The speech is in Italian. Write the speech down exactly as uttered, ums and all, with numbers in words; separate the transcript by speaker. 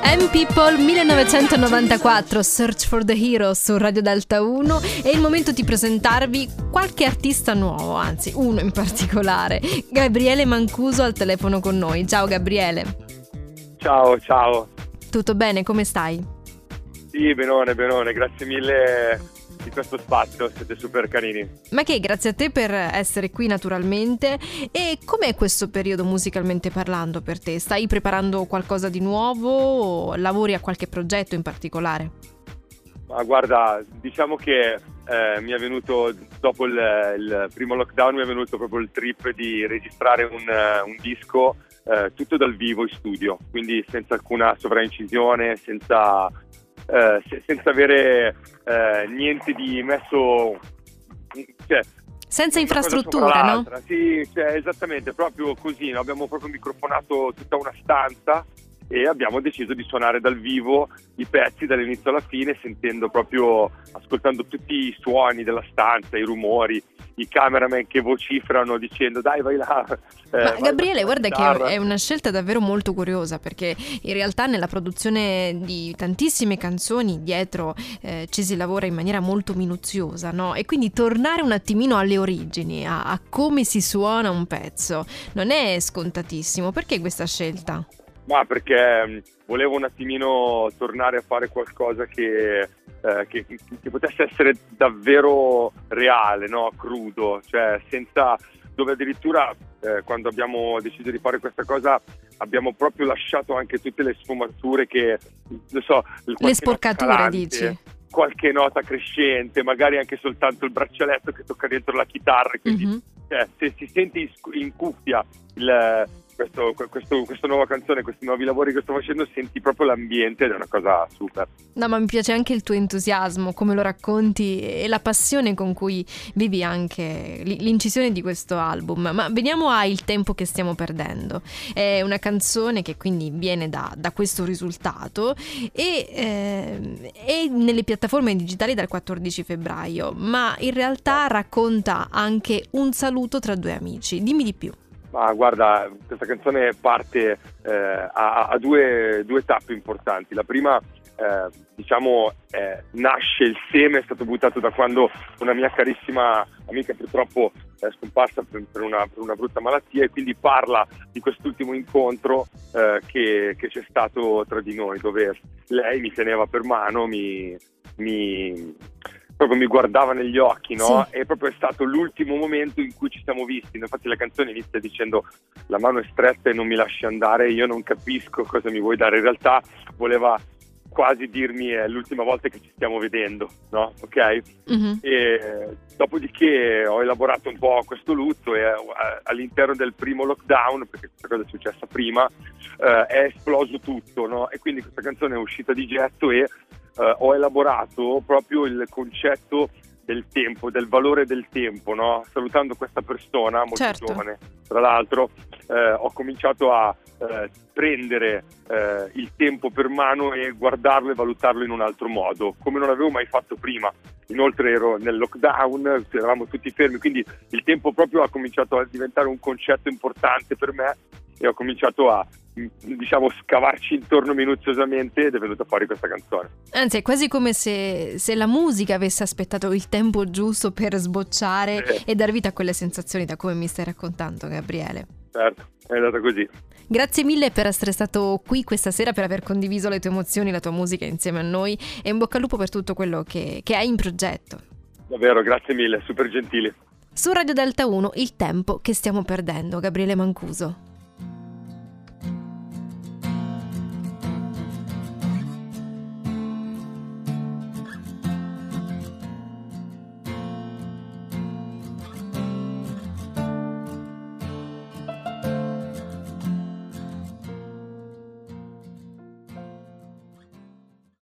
Speaker 1: M-People millenovecentonovantaquattro, Search for the Hero su Radio Delta uno. È il momento di presentarvi qualche artista nuovo, anzi uno in particolare. Gabriele Mancuso al telefono con noi. Ciao Gabriele.
Speaker 2: Ciao, ciao.
Speaker 1: Tutto bene, come stai?
Speaker 2: Sì, benone, benone, grazie mille di questo spazio, siete super carini.
Speaker 1: Ma che, grazie a te per essere qui naturalmente. E com'è questo periodo musicalmente parlando per te? Stai preparando qualcosa di nuovo o lavori a qualche progetto in particolare?
Speaker 2: Ma guarda, diciamo che eh, mi è venuto, dopo il, il primo lockdown, mi è venuto proprio il trip di registrare un, un disco eh, tutto dal vivo in studio, quindi senza alcuna sovraincisione, senza... Eh, se, senza avere eh, niente di messo, cioè,
Speaker 1: senza infrastrutture, no?
Speaker 2: Sì, cioè, esattamente, proprio così, no? Abbiamo proprio microfonato tutta una stanza e abbiamo deciso di suonare dal vivo i pezzi dall'inizio alla fine, sentendo proprio, ascoltando tutti i suoni della stanza, i rumori, i cameraman che vociferano dicendo dai vai là. Eh,
Speaker 1: Ma
Speaker 2: vai
Speaker 1: Gabriele,
Speaker 2: là,
Speaker 1: guarda
Speaker 2: chitarra.
Speaker 1: che è una scelta davvero molto curiosa, perché in realtà nella produzione di tantissime canzoni dietro eh, ci si lavora in maniera molto minuziosa, no? E quindi tornare un attimino alle origini, a, a come si suona un pezzo, non è scontatissimo. Perché questa scelta?
Speaker 2: Ma perché mh, volevo un attimino tornare a fare qualcosa che, eh, che, che potesse essere davvero reale, no? Crudo, cioè senza, dove addirittura eh, quando abbiamo deciso di fare questa cosa abbiamo proprio lasciato anche tutte le sfumature che, non so,
Speaker 1: le sporcature
Speaker 2: calante,
Speaker 1: dici?
Speaker 2: Qualche nota crescente, magari anche soltanto il braccialetto che tocca dentro la chitarra, quindi mm-hmm. cioè, se si sente in, in cuffia il Questo, questo, questa nuova canzone, questi nuovi lavori che sto facendo, senti proprio l'ambiente ed è una cosa super.
Speaker 1: No, ma mi piace anche il tuo entusiasmo, come lo racconti e la passione con cui vivi anche l'incisione di questo album. Ma veniamo a Il tempo che stiamo perdendo. È una canzone che quindi viene da, da questo risultato e eh, è nelle piattaforme digitali dal quattordici febbraio, ma in realtà racconta anche un saluto tra due amici. Dimmi di più.
Speaker 2: Ma guarda, questa canzone parte eh, a, a due, due tappe importanti. La prima, eh, diciamo, eh, nasce, il seme è stato buttato da quando una mia carissima amica purtroppo è scomparsa per, per, una, per una brutta malattia, e quindi parla di quest'ultimo incontro eh, che, che c'è stato tra di noi, dove lei mi teneva per mano, mi... mi proprio mi guardava negli occhi, no? Sì. E proprio è stato l'ultimo momento in cui ci siamo visti. Infatti la canzone inizia dicendo la mano è stretta e non mi lasci andare, io non capisco cosa mi vuoi dare. In realtà voleva quasi dirmi è l'ultima volta che ci stiamo vedendo, no? Ok? Mm-hmm. E dopodiché ho elaborato un po' questo lutto e all'interno del primo lockdown, perché questa cosa è successa prima, eh, è esploso tutto, no? E quindi questa canzone è uscita di getto e Uh, ho elaborato proprio il concetto del tempo, del valore del tempo, no? Salutando questa persona molto
Speaker 1: certo.
Speaker 2: giovane, tra l'altro, eh, ho cominciato a eh, prendere eh, il tempo per mano e guardarlo e valutarlo in un altro modo, come non avevo mai fatto prima. Inoltre ero nel lockdown, eravamo tutti fermi, quindi il tempo proprio ha cominciato a diventare un concetto importante per me e ho cominciato a, diciamo, scavarci intorno minuziosamente ed è venuta fuori questa canzone.
Speaker 1: Anzi, è quasi come se, se la musica avesse aspettato il tempo giusto per sbocciare eh. e dar vita a quelle sensazioni, da come mi stai raccontando, Gabriele.
Speaker 2: Certo, è andata così.
Speaker 1: Grazie mille per essere stato qui questa sera, per aver condiviso le tue emozioni, la tua musica insieme a noi, e in bocca al lupo per tutto quello che, che hai in progetto.
Speaker 2: Davvero, grazie mille, super gentili.
Speaker 1: Su Radio Delta uno, Il tempo che stiamo perdendo, Gabriele Mancuso.